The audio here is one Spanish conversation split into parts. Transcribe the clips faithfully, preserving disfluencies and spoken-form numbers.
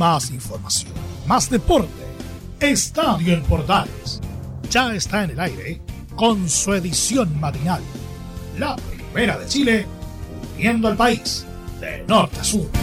Más información, más deporte. Estadio en Portales ya está en el aire con su edición matinal. La primera de Chile, uniendo al país de norte a sur.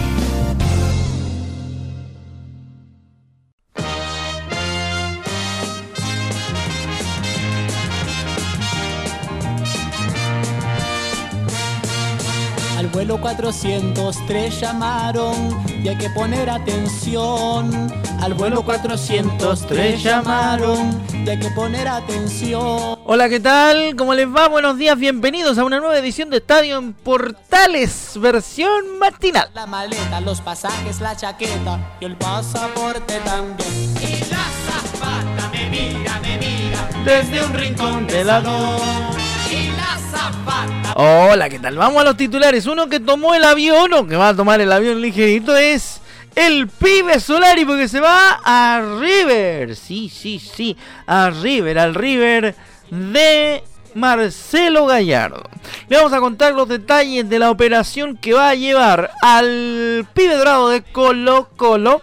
Al vuelo cuatrocientos tres llamaron y hay que poner atención. Al vuelo cuatrocientos tres llamaron y hay que poner atención. Hola, ¿qué tal? ¿Cómo les va? Buenos días, bienvenidos a una nueva edición de Estadio en Portales, versión matinal. La maleta, los pasajes, la chaqueta y el pasaporte también. Y la zapata me mira, me mira desde un rincón del salón. Y la zapata. Hola, ¿qué tal? Vamos a los titulares. Uno que tomó el avión, o que va a tomar el avión ligerito, es el pibe Solari, porque se va a River. Sí, sí, sí, a River, al River de Marcelo Gallardo. Le vamos a contar los detalles de la operación que va a llevar al pibe dorado de Colo Colo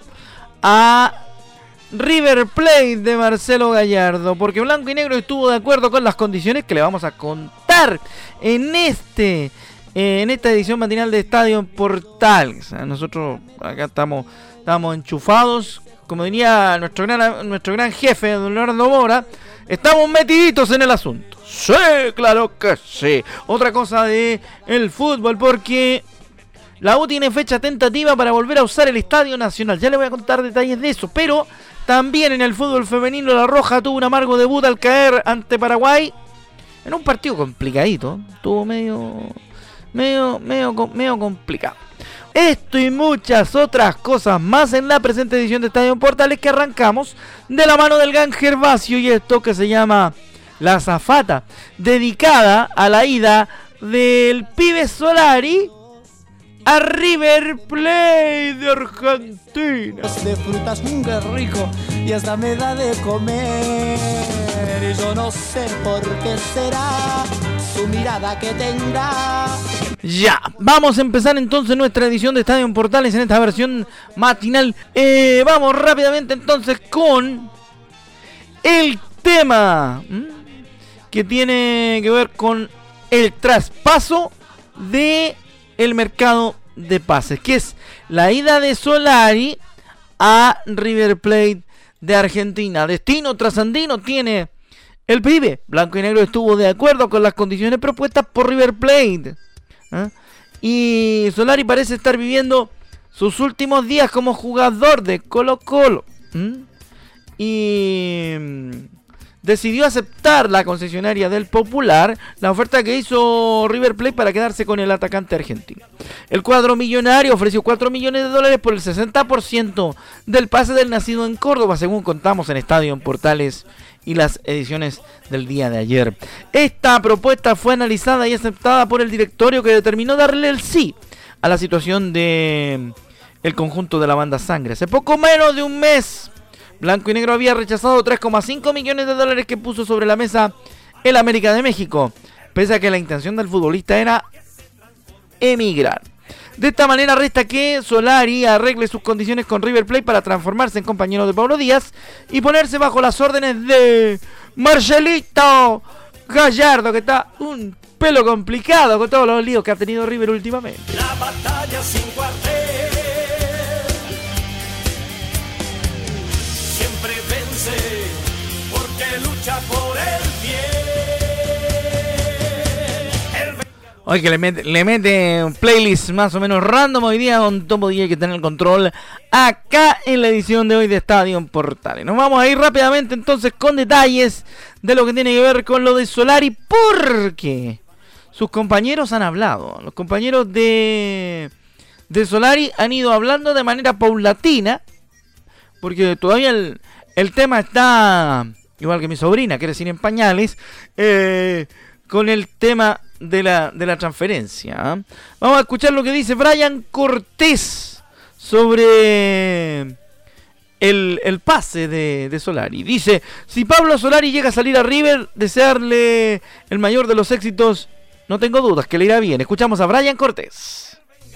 a River Plate de Marcelo Gallardo, porque Blanco y Negro estuvo de acuerdo con las condiciones que le vamos a contar en este eh, en esta edición matinal de Estadio en Portales. Nosotros acá estamos estamos enchufados, como diría nuestro gran nuestro gran jefe, don Leonardo Mora, estamos metiditos en el asunto. Sí, claro que sí. Otra cosa de el fútbol, porque la U tiene fecha tentativa para volver a usar el Estadio Nacional. Ya le voy a contar detalles de eso, pero también en el fútbol femenino, La Roja tuvo un amargo debut al caer ante Paraguay en un partido complicadito. Estuvo medio, medio, medio, medio complicado. Esto y muchas otras cosas más en la presente edición de Estadio en Portales, que arrancamos de la mano del gran Gervasio y esto que se llama La Azafata, dedicada a la ida del pibe Solari a River Plate de Argentina. De frutas muy rico y hasta me da de comer. Y yo no sé por qué será su mirada que tendrá. Ya, vamos a empezar entonces nuestra edición de Estadio en Portales en esta versión matinal. Eh, vamos rápidamente entonces con el tema ¿m? que tiene que ver con el traspaso de el mercado de pases, que es la ida de Solari a River Plate de Argentina. Destino trasandino tiene el pibe. Blanco y Negro estuvo de acuerdo con las condiciones propuestas por River Plate, ¿eh? Y Solari parece estar viviendo sus últimos días como jugador de Colo Colo, ¿eh? Y decidió aceptar la concesionaria del Popular la oferta que hizo River Plate para quedarse con el atacante argentino. El cuadro millonario ofreció cuatro millones de dólares por el sesenta por ciento del pase del nacido en Córdoba, según contamos en Estadio en Portales y las ediciones del día de ayer. Esta propuesta fue analizada y aceptada por el directorio, que determinó darle el sí a la situación de el conjunto de la banda Sangre. Hace poco menos de un mes, Blanco y Negro había rechazado tres coma cinco millones de dólares que puso sobre la mesa el América de México, pese a que la intención del futbolista era emigrar. De esta manera resta que Solari arregle sus condiciones con River Plate para transformarse en compañero de Pablo Díaz y ponerse bajo las órdenes de Marcelito Gallardo, que está un pelo complicado con todos los líos que ha tenido River últimamente. La batalla sin cuartel siempre vence porque lucha por el bien. El... Hoy que le mete, le mete un playlist más o menos random hoy día con Topo D J, que está en el control acá en la edición de hoy de Estadio en Portales. Nos vamos a ir rápidamente entonces con detalles de lo que tiene que ver con lo de Solari, porque sus compañeros han hablado. Los compañeros de, de Solari han ido hablando de manera paulatina, porque todavía el, el tema está, igual que mi sobrina, que recién en pañales, eh, con el tema de la, de la transferencia. ¿eh? Vamos a escuchar lo que dice Brian Cortés sobre el, el pase de, de Solari. Dice: si Pablo Solari llega a salir a River, desearle el mayor de los éxitos. No tengo dudas que le irá bien. Escuchamos a Brian Cortés.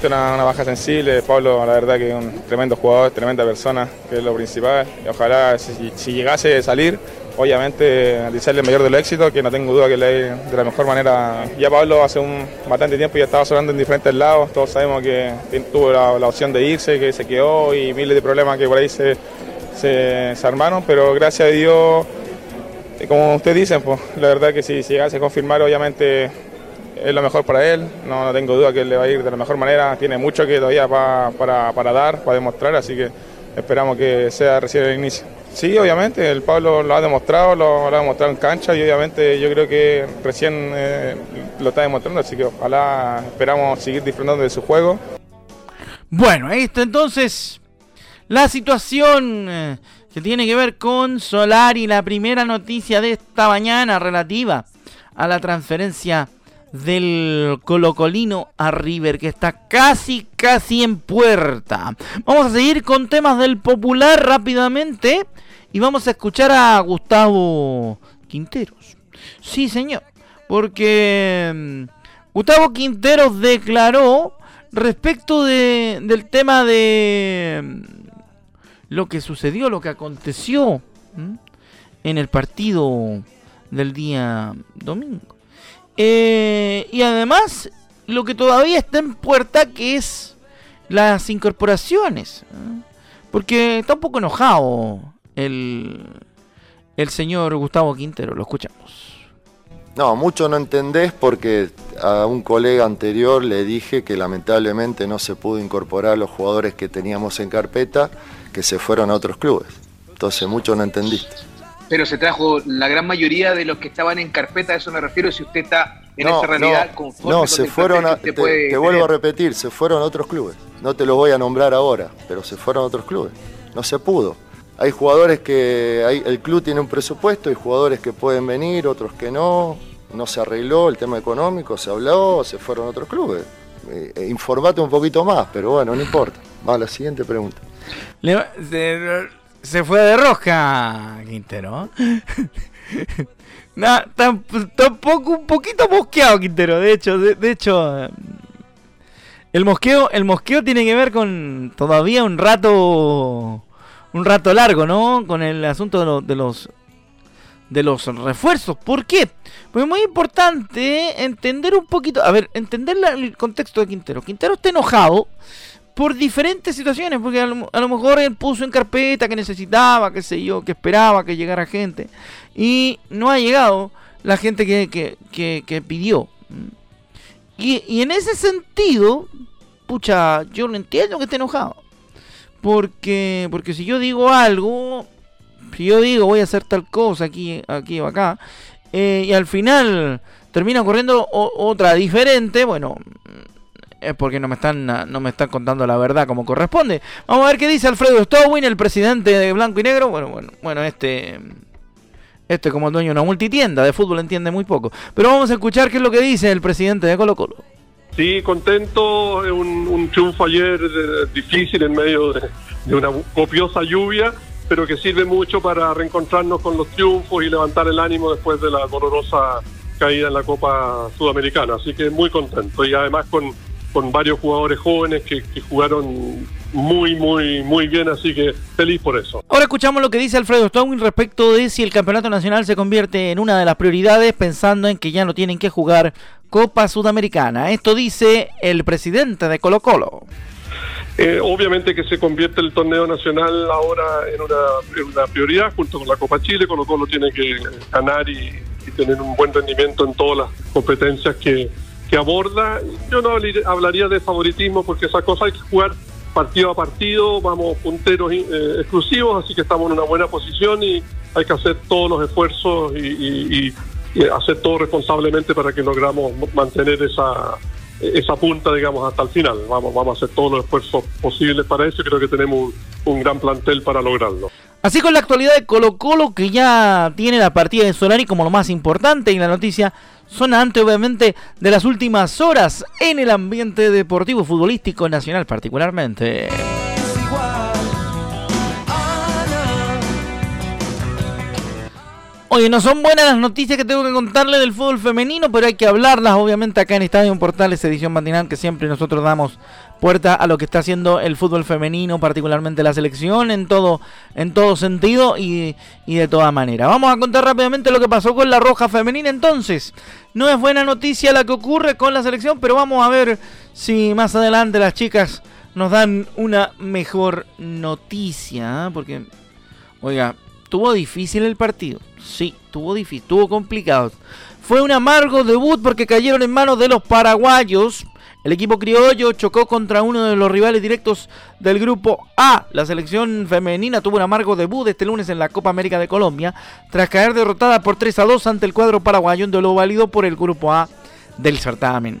Una, una baja sensible, Pablo la verdad que es un tremendo jugador, tremenda persona, que es lo principal, y ojalá si, si llegase a salir, obviamente desearle el mayor de los éxitos, que no tengo duda que le de la mejor manera. Ya Pablo hace un bastante tiempo ya estaba sonando en diferentes lados, todos sabemos que tuvo la, la opción de irse, que se quedó y miles de problemas que por ahí se, se, se armaron, pero gracias a Dios, como ustedes dicen, pues la verdad que si, si llegase a confirmar, obviamente es lo mejor para él, no, no tengo duda que él le va a ir de la mejor manera, tiene mucho que todavía pa, para, para dar, para demostrar, así que esperamos que sea recién el inicio. Sí, obviamente, el Pablo lo ha demostrado, lo, lo ha demostrado en cancha y obviamente yo creo que recién eh, lo está demostrando, así que ojalá esperamos seguir disfrutando de su juego. Bueno, ahí está entonces la situación eh, que tiene que ver con Solari, la primera noticia de esta mañana relativa a la transferencia del colocolino a River, que está casi, casi en puerta. Vamos a seguir con temas del Popular rápidamente y vamos a escuchar a Gustavo Quinteros. Sí, señor, porque um, Gustavo Quinteros declaró respecto de, del tema de um, lo que sucedió, lo que aconteció um, en el partido del día domingo. Eh, y además, lo que todavía está en puerta, que es las incorporaciones, ¿eh? Porque está un poco enojado el, el señor Gustavo Quintero, lo escuchamos. No, mucho no entendés porque a un colega anterior le dije que lamentablemente no se pudo incorporar los jugadores que teníamos en carpeta, que se fueron a otros clubes. Entonces mucho no entendiste. Pero se trajo la gran mayoría de los que estaban en carpeta, a eso me refiero, si usted está en no, esa realidad no, conforme no, con se el fueron a, te, te vuelvo a repetir, se fueron a otros clubes. No te los voy a nombrar ahora, pero se fueron a otros clubes. No se pudo. Hay jugadores que, hay, el club tiene un presupuesto, hay jugadores que pueden venir, otros que no. No se arregló el tema económico, se habló, se fueron a otros clubes. Eh, informate un poquito más, pero bueno, no importa. Va a la siguiente pregunta. Le, se, se fue de rosca, Quintero. No, tampoco un poquito mosqueado, Quintero. De hecho, de, de hecho, el mosqueo, el mosqueo tiene que ver con todavía un rato, un rato largo, ¿no? Con el asunto de, lo, de los, de los refuerzos. ¿Por qué? Porque es muy importante entender un poquito, a ver, entender la, el contexto de Quintero. Quintero está enojado por diferentes situaciones, porque a lo, a lo mejor él puso en carpeta que necesitaba, qué sé yo, que esperaba que llegara gente, y no ha llegado la gente que, que, que, que pidió. Y, y en ese sentido, pucha, yo lo entiendo que esté enojado, porque, porque si yo digo algo, si yo digo voy a hacer tal cosa aquí, aquí o acá, eh, y al final termina ocurriendo o, otra diferente, bueno, es porque no me están no me están contando la verdad como corresponde. Vamos a ver qué dice Alfredo Stowin, el presidente de Blanco y Negro. Bueno, bueno, bueno, este este como el dueño de una multitienda de fútbol entiende muy poco. Pero vamos a escuchar qué es lo que dice el presidente de Colo Colo. Sí, contento, un, un triunfo ayer eh, difícil en medio de, de una copiosa lluvia, pero que sirve mucho para reencontrarnos con los triunfos y levantar el ánimo después de la dolorosa caída en la Copa Sudamericana. Así que muy contento y además con con varios jugadores jóvenes que, que jugaron muy, muy, muy bien, así que feliz por eso. Ahora escuchamos lo que dice Alfredo Stowin respecto de si el campeonato nacional se convierte en una de las prioridades, pensando en que ya no tienen que jugar Copa Sudamericana. Esto dice el presidente de Colo Colo. Eh, obviamente que se convierte el torneo nacional ahora en una, en una prioridad, junto con la Copa Chile. Colo Colo tiene que ganar y, y tener un buen rendimiento en todas las competencias que que aborda. Yo no hablaría de favoritismo porque esa cosa hay que jugar partido a partido, vamos punteros eh, exclusivos, así que estamos en una buena posición y hay que hacer todos los esfuerzos y, y, y hacer todo responsablemente para que logramos mantener esa esa punta, digamos, hasta el final. Vamos, vamos a hacer todos los esfuerzos posibles para eso y creo que tenemos un, un gran plantel para lograrlo. Así con la actualidad de Colo Colo, que ya tiene la partida de Solari como lo más importante, y la noticia sonante obviamente de las últimas horas en el ambiente deportivo futbolístico nacional particularmente. Oye, no son buenas las noticias que tengo que contarle del fútbol femenino, pero hay que hablarlas obviamente acá en Estadio Portales, edición matinal que siempre nosotros damos puerta a lo que está haciendo el fútbol femenino, particularmente la selección, en todo, en todo sentido y, y de toda manera. Vamos a contar rápidamente lo que pasó con la Roja femenina. Entonces, no es buena noticia la que ocurre con la selección, pero vamos a ver si más adelante las chicas nos dan una mejor noticia, ¿eh? Porque, oiga, tuvo difícil el partido. Sí, tuvo difícil, tuvo complicado. Fue un amargo debut porque cayeron en manos de los paraguayos. El equipo criollo chocó contra uno de los rivales directos del grupo A. La selección femenina tuvo un amargo debut este lunes en la Copa América de Colombia, tras caer derrotada por tres a dos ante el cuadro paraguayo en duelo válido por el grupo A del certamen.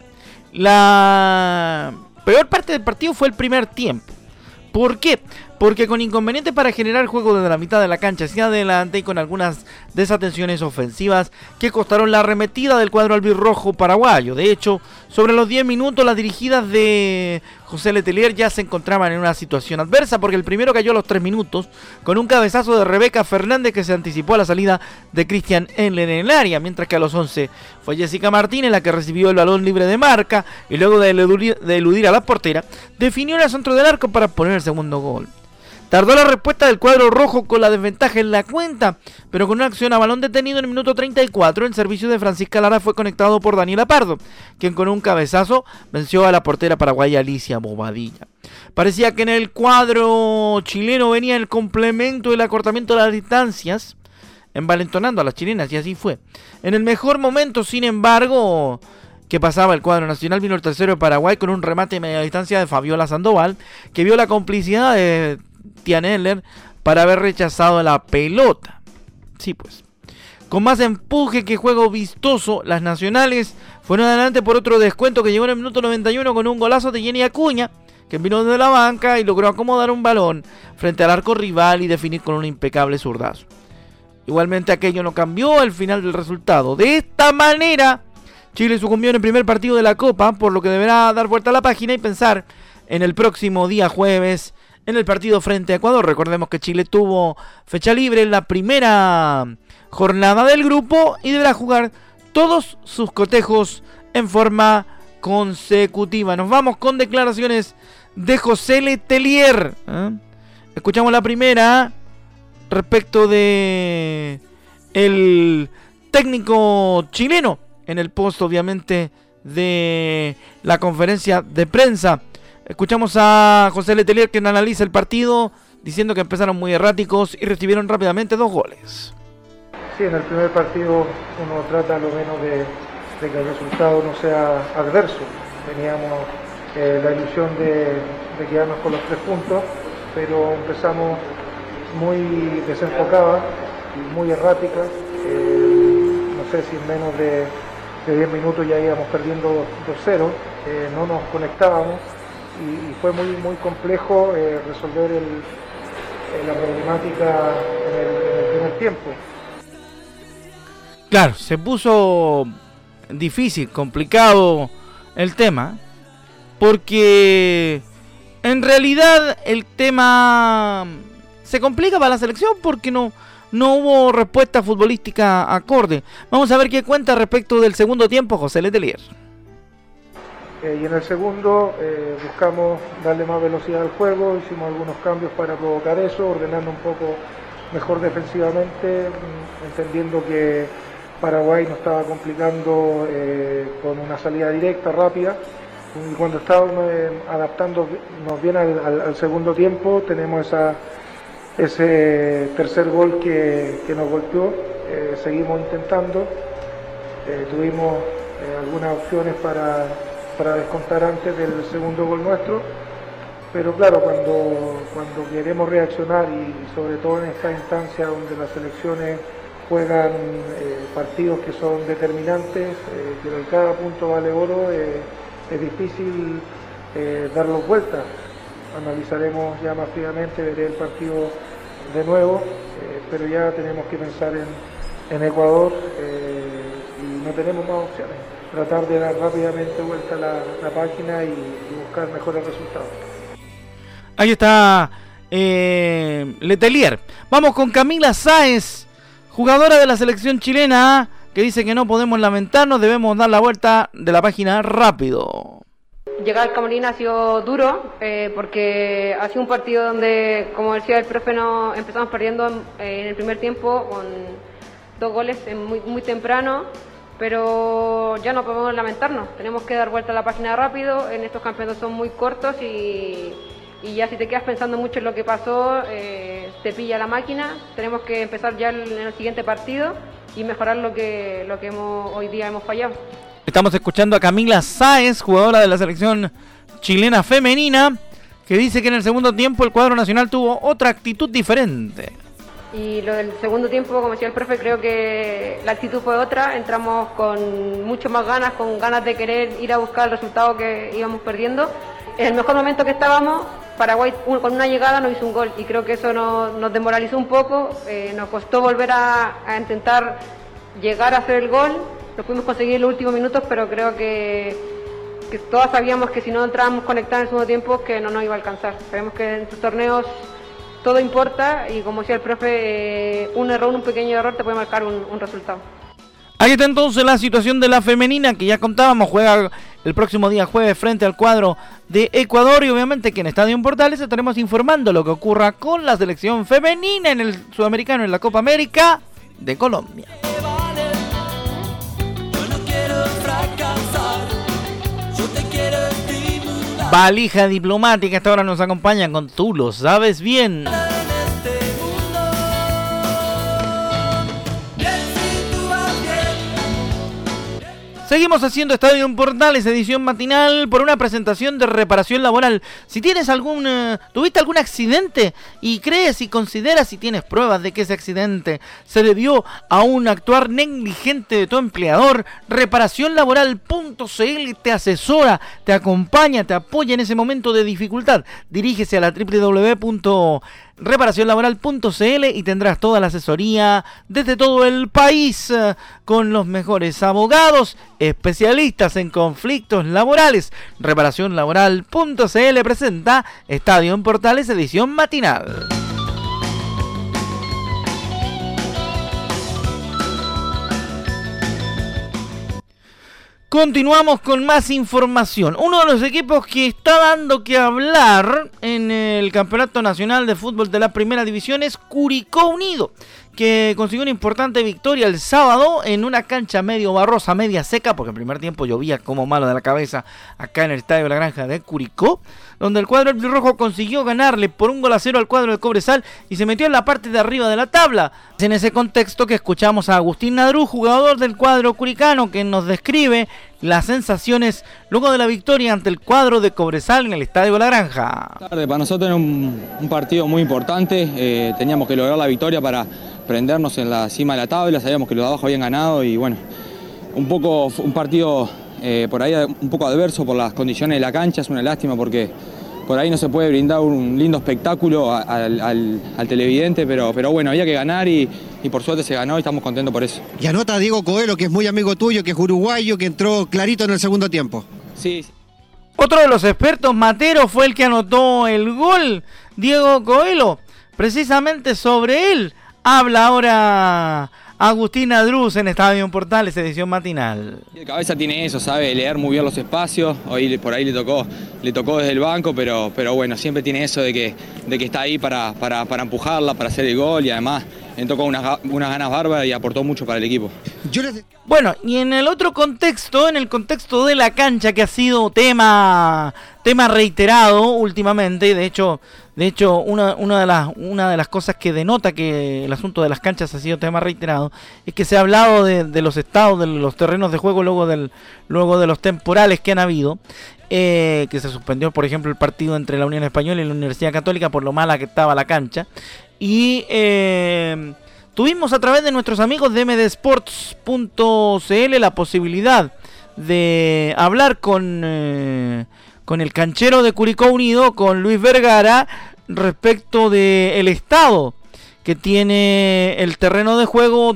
La peor parte del partido fue el primer tiempo. ¿Por qué? Porque con inconvenientes para generar juego desde la mitad de la cancha hacia adelante y con algunas desatenciones ofensivas que costaron la arremetida del cuadro albirrojo paraguayo. De hecho, sobre los diez minutos las dirigidas de José Letelier ya se encontraban en una situación adversa, porque el primero cayó a los tres minutos con un cabezazo de Rebeca Fernández que se anticipó a la salida de Cristian Enler en el área, mientras que a los once fue Jessica Martínez la que recibió el balón libre de marca y luego de eludir, de eludir a la portera definió el centro del arco para poner el segundo gol. Tardó la respuesta del cuadro rojo con la desventaja en la cuenta, pero con una acción a balón detenido en el minuto treinta y cuatro, el servicio de Francisca Lara fue conectado por Daniela Pardo, quien con un cabezazo venció a la portera paraguaya Alicia Bobadilla. Parecía que en el cuadro chileno venía el complemento del acortamiento de las distancias, envalentonando a las chilenas, y así fue. En el mejor momento, sin embargo, que pasaba el cuadro nacional, vino el tercero de Paraguay con un remate de media distancia de Fabiola Sandoval, que vio la complicidad de Tian Enler para haber rechazado la pelota. Sí, pues. Con más empuje que juego vistoso, las nacionales fueron adelante por otro descuento que llegó en el minuto noventa y uno con un golazo de Jenny Acuña, que vino desde la banca y logró acomodar un balón frente al arco rival y definir con un impecable zurdazo. Igualmente aquello no cambió el final del resultado. De esta manera, Chile sucumbió en el primer partido de la Copa, por lo que deberá dar vuelta a la página y pensar en el próximo día jueves en el partido frente a Ecuador. Recordemos que Chile tuvo fecha libre en la primera jornada del grupo y deberá jugar todos sus cotejos en forma consecutiva. Nos vamos con declaraciones de José Letelier. ¿Eh? Escuchamos la primera respecto de el técnico chileno en el post, obviamente, de la conferencia de prensa. Escuchamos a José Letelier, quien analiza el partido, diciendo que empezaron muy erráticos y recibieron rápidamente dos goles. Sí, en el primer partido uno trata lo menos de, de que el resultado no sea adverso. Teníamos eh, la ilusión de, de quedarnos con los tres puntos, pero empezamos muy desenfocadas y muy erráticas. Eh, no sé si en menos de, de diez minutos ya íbamos perdiendo dos cero, eh, no nos conectábamos. Y, y fue muy muy complejo eh, resolver el, eh, la problemática en el, en el primer tiempo. Claro, se puso difícil, complicado el tema, porque en realidad el tema se complica para la selección porque no, no hubo respuesta futbolística acorde. Vamos a ver qué cuenta respecto del segundo tiempo José Letelier. Eh, y en el segundo eh, buscamos darle más velocidad al juego, hicimos algunos cambios para provocar eso, ordenando un poco mejor defensivamente, entendiendo que Paraguay nos estaba complicando eh, con una salida directa, rápida, y cuando estábamos eh, adaptándonos bien al, al, al segundo tiempo, tenemos esa, ese tercer gol que, que nos golpeó, eh, seguimos intentando, eh, tuvimos eh, algunas opciones para... para descontar antes del segundo gol nuestro, pero claro, cuando, cuando queremos reaccionar y sobre todo en esta instancia donde las selecciones juegan eh, partidos que son determinantes, eh, que cada punto vale oro, eh, es difícil eh, darlos vueltas. Analizaremos ya más fríamente, veré el partido de nuevo, eh, pero ya tenemos que pensar en, en Ecuador eh, y no tenemos más opciones. Tratar de dar rápidamente vuelta la, la página y, y buscar mejores resultados. Ahí está eh, Letelier. Vamos con Camila Sáez, jugadora de la selección chilena, que dice que no podemos lamentarnos, debemos dar la vuelta de la página rápido. llegar al camarín ha sido duro, eh, porque ha sido un partido donde, como decía el profe, no, empezamos perdiendo en, en el primer tiempo con dos goles en muy, muy temprano, pero ya no podemos lamentarnos, tenemos que dar vuelta a la página rápido, en estos campeonatos son muy cortos y, y ya si te quedas pensando mucho en lo que pasó, eh, te pilla la máquina, tenemos que empezar ya en el siguiente partido y mejorar lo que, lo que hemos, hoy día hemos fallado. Estamos escuchando a Camila Sáez, jugadora de la selección chilena femenina, que dice que en el segundo tiempo el cuadro nacional tuvo otra actitud diferente. Y lo del segundo tiempo, como decía el profe, creo que la actitud fue otra, entramos con mucho más ganas, con ganas de querer ir a buscar el resultado que íbamos perdiendo. En el mejor momento que estábamos, Paraguay con una llegada nos hizo un gol y creo que eso nos, nos desmoralizó un poco, eh, nos costó volver a, a intentar llegar a hacer el gol. Lo pudimos conseguir en los últimos minutos, pero creo que, que todos sabíamos que si no entrábamos conectados en el segundo tiempo, que no nos iba a alcanzar. Sabemos que en estos torneos todo importa y, como decía el profe, eh, un error, un pequeño error te puede marcar un, un resultado. Ahí está entonces la situación de la femenina que ya contábamos, juega el próximo día jueves frente al cuadro de Ecuador y obviamente que en Estadio Portales estaremos informando lo que ocurra con la selección femenina en el Sudamericano en la Copa América de Colombia. Valija diplomática, esta hora nos acompaña con Tú lo sabes bien. Seguimos haciendo Estadio Portales, edición matinal, por una presentación de reparación laboral. Si tienes algún, uh, tuviste algún accidente y crees y consideras si tienes pruebas de que ese accidente se debió a un actuar negligente de tu empleador, reparación laboral punto c l te asesora, te acompaña, te apoya en ese momento de dificultad. Dirígese a la doble u doble u doble u punto reparación laboral punto c l y tendrás toda la asesoría desde todo el país eh, con los mejores abogados, especialistas en conflictos laborales. reparación laboral punto c l presenta Estadio en Portales, edición matinal. Continuamos con más información. Uno de los equipos que está dando que hablar en el Campeonato Nacional de Fútbol de la Primera División es Curicó Unido, que consiguió una importante victoria el sábado en una cancha medio barrosa, media seca, porque el primer tiempo llovía como malo de la cabeza acá en el Estadio La Granja de Curicó, donde el cuadro albirrojo consiguió ganarle por un gol a cero al cuadro de Cobresal y se metió en la parte de arriba de la tabla. Es en ese contexto que escuchamos a Agustín Nadrú, jugador del cuadro curicano, que nos describe las sensaciones luego de la victoria ante el cuadro de Cobresal en el Estadio La Granja. Para nosotros era un, un partido muy importante, eh, teníamos que lograr la victoria para prendernos en la cima de la tabla, sabíamos que los de abajo habían ganado y bueno, un poco un partido eh, por ahí un poco adverso por las condiciones de la cancha, es una lástima porque por ahí no se puede brindar un lindo espectáculo al, al, al televidente, pero, pero bueno, había que ganar y, y por suerte se ganó y estamos contentos por eso. Y anota a Diego Coelho, que es muy amigo tuyo, que es uruguayo, que entró clarito en el segundo tiempo. Sí, sí. Otro de los expertos, Matero, fue el que anotó el gol, Diego Coelho. Precisamente sobre él habla ahora Agustín Nadruz en Estadio Portales, edición matinal. De cabeza tiene eso, sabe leer muy bien los espacios, hoy por ahí le tocó, le tocó desde el banco, pero, pero bueno, siempre tiene eso de que, de que está ahí para, para, para empujarla, para hacer el gol y además le tocó unas, unas ganas bárbaras y aportó mucho para el equipo. Bueno, y en el otro contexto, en el contexto de la cancha, que ha sido tema, tema reiterado últimamente, y de hecho, de hecho una, una, de las, una de las cosas que denota que el asunto de las canchas ha sido tema reiterado, es que se ha hablado de, de los estados, de los terrenos de juego luego, del, luego de los temporales que han habido, eh, que se suspendió, por ejemplo, el partido entre la Unión Española y la Universidad Católica por lo mala que estaba la cancha, y eh, tuvimos a través de nuestros amigos de m d sports punto c l la posibilidad de hablar con, eh, con el canchero de Curicó Unido, con Luis Vergara, respecto del estado que tiene el terreno de juego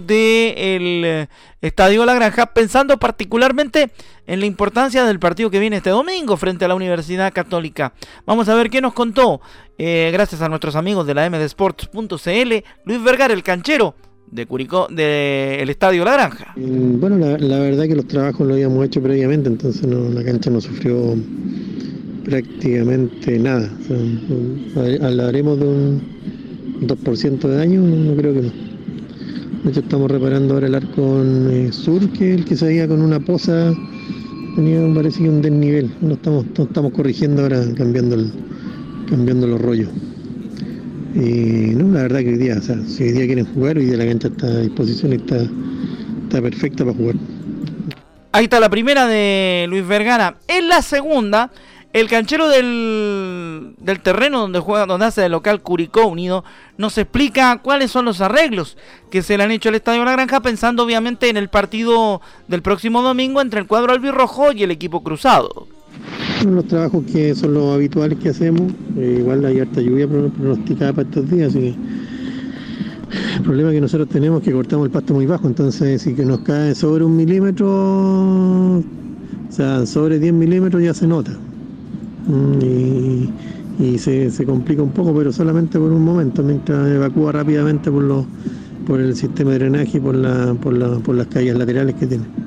del Estadio La Granja, pensando particularmente en la importancia del partido que viene este domingo frente a la Universidad Católica. Vamos a ver qué nos contó, eh, gracias a nuestros amigos de la m d sports punto c l, Luis Vergara, el canchero de Curicó, del Estadio La Granja. Bueno, la, la verdad que los trabajos los habíamos hecho previamente, entonces no, la cancha no sufrió prácticamente nada. O sea, hablaremos de un dos por ciento de daño, no, no creo que no. De hecho estamos reparando ahora el arco eh, sur, que es el que se veía con una poza, tenía parece que un desnivel. Lo estamos, lo estamos corrigiendo ahora, cambiando, el, cambiando los rollos. Y no, la verdad que hoy día, o sea, si hoy día quieren jugar, hoy día la cancha está a disposición y está, está perfecta para jugar. Ahí está la primera de Luis Vergara. En la segunda, el canchero del, del terreno donde juega, donde hace de local Curicó Unido, nos explica cuáles son los arreglos que se le han hecho al Estadio La Granja, pensando obviamente en el partido del próximo domingo entre el cuadro albirrojo y el equipo cruzado. Los trabajos que son los habituales que hacemos, eh, igual hay harta lluvia pronosticada para estos días, así que el problema que nosotros tenemos es que cortamos el pasto muy bajo, entonces si que nos cae sobre un milímetro, o sea, sobre diez milímetros ya se nota. Y, y se, se complica un poco, pero solamente por un momento, mientras evacúa rápidamente por los por el sistema de drenaje y por, la, por, la, por las calles laterales que tiene.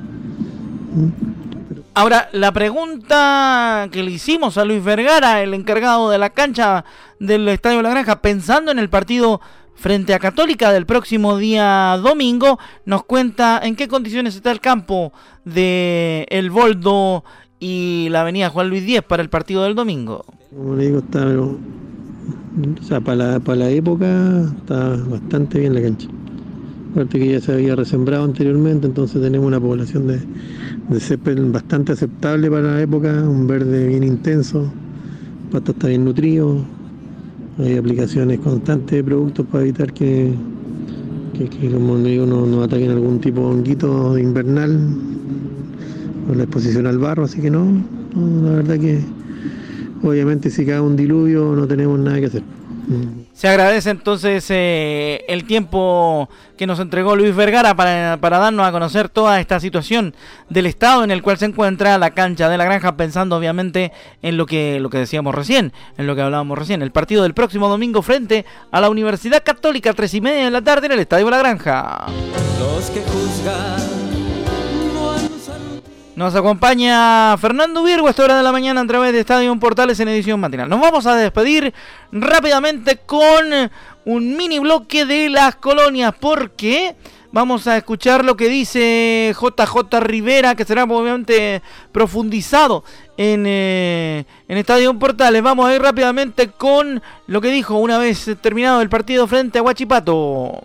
Ahora, la pregunta que le hicimos a Luis Vergara, el encargado de la cancha del Estadio La Granja, pensando en el partido frente a Católica del próximo día domingo, nos cuenta en qué condiciones está el campo de El Boldo y la avenida Juan Luis diez para el partido del domingo. Como le digo, está, pero, o sea, para la, para la época está bastante bien la cancha. Aparte que ya se había resembrado anteriormente, entonces tenemos una población de, de césped bastante aceptable para la época, un verde bien intenso, el pasto está bien nutrido, hay aplicaciones constantes de productos para evitar que, que, que como digo, no, no ataquen algún tipo de honguito invernal por la exposición al barro, así que no, no, la verdad que obviamente si cae un diluvio no tenemos nada que hacer. Se agradece entonces eh, el tiempo que nos entregó Luis Vergara para, para darnos a conocer toda esta situación del estado en el cual se encuentra la cancha de La Granja, pensando obviamente en lo que, lo que decíamos recién, en lo que hablábamos recién, el partido del próximo domingo frente a la Universidad Católica, tres y media de la tarde en el Estadio La Granja. Los que juzgan. Nos acompaña Fernando Virgo a esta hora de la mañana a través de Estadio Portales en edición matinal. Nos vamos a despedir rápidamente con un mini bloque de las colonias, porque vamos a escuchar lo que dice J J Rivera, que será obviamente profundizado en, eh, en Estadio Portales. Vamos a ir rápidamente con lo que dijo una vez terminado el partido frente a Huachipato.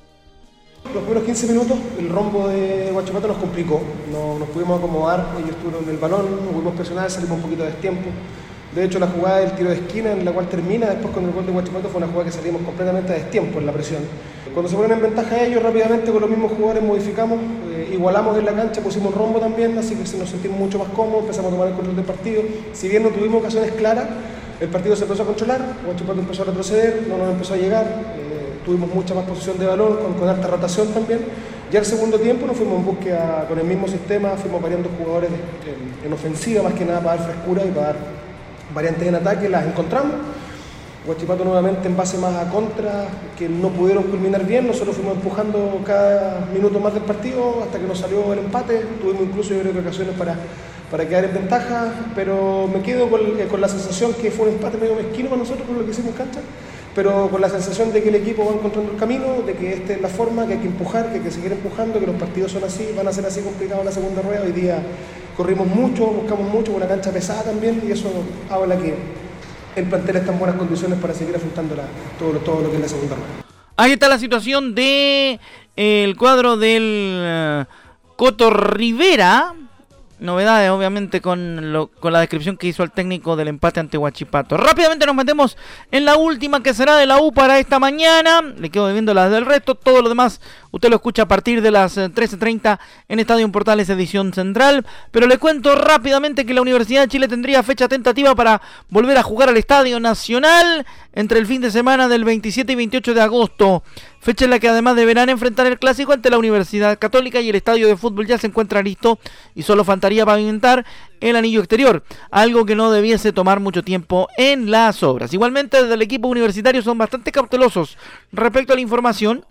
Los primeros quince minutos el rombo de Huachipato nos complicó, no nos pudimos acomodar, ellos estuvieron en el balón, nos pudimos presionar, salimos un poquito de destiempo. De hecho, la jugada del tiro de esquina, en la cual termina después con el gol de Huachipato, fue una jugada que salimos completamente a destiempo en la presión. Cuando se ponen en ventaja ellos, rápidamente con los mismos jugadores modificamos, eh, igualamos en la cancha, pusimos rombo también, así que nos sentimos mucho más cómodos, empezamos a tomar el control del partido. Si bien no tuvimos ocasiones claras, el partido se empezó a controlar, Huachipato empezó a retroceder, no nos empezó a llegar. Eh, Tuvimos mucha más posición de balón, con, con alta rotación también. Ya al segundo tiempo nos fuimos en búsqueda con el mismo sistema, fuimos variando jugadores en, en ofensiva, más que nada para dar frescura y para dar variantes en ataque, las encontramos. Huachipato nuevamente en base más a contra, que no pudieron culminar bien, nosotros fuimos empujando cada minuto más del partido hasta que nos salió el empate. Tuvimos incluso yo creo que ocasiones para, para quedar en ventaja, pero me quedo con, eh, con la sensación que fue un empate medio mezquino para nosotros por lo que hicimos en cancha, pero con la sensación de que el equipo va encontrando el camino, de que esta es la forma, que hay que empujar, que hay que seguir empujando, que los partidos son así, van a ser así complicados en la segunda rueda. Hoy día corrimos mucho, buscamos mucho, una cancha pesada también, y eso habla que el plantel está en buenas condiciones para seguir afrontando la, todo, todo lo que es la segunda rueda. Ahí está la situación de eh, el cuadro del uh, Coto Rivera. Novedades obviamente con, lo, con la descripción que hizo el técnico del empate ante Huachipato. Rápidamente nos metemos en la última, que será de la U para esta mañana. Le quedo debiendo las del resto. Todo lo demás usted lo escucha a partir de las trece treinta en Estadio Portales edición central. Pero le cuento rápidamente que la Universidad de Chile tendría fecha tentativa para volver a jugar al Estadio Nacional entre el fin de semana del veintisiete y veintiocho de agosto. Fecha en la que además deberán enfrentar el clásico ante la Universidad Católica, y el estadio de fútbol ya se encuentra listo y solo faltaría pavimentar el anillo exterior, algo que no debiese tomar mucho tiempo en las obras. Igualmente desde el equipo universitario son bastante cautelosos respecto a la información,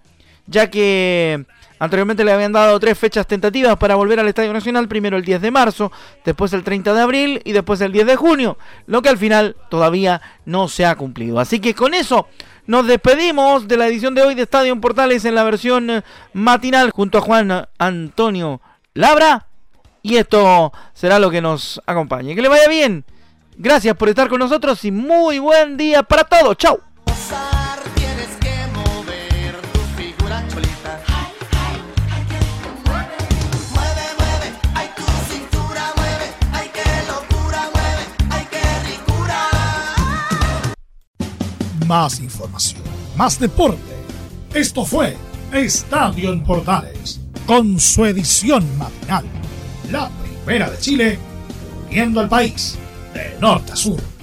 ya que anteriormente le habían dado tres fechas tentativas para volver al Estadio Nacional, primero el diez de marzo, después el treinta de abril y después el diez de junio, lo que al final todavía no se ha cumplido. Así que con eso nos despedimos de la edición de hoy de Estadio en Portales en la versión matinal junto a Juan Antonio Labra, y esto será lo que nos acompañe. Que le vaya bien, gracias por estar con nosotros y muy buen día para todos. Chau. Más información, más deporte. Esto fue Estadio en Portales, con su edición matinal. La primera de Chile, uniendo al país de norte a sur.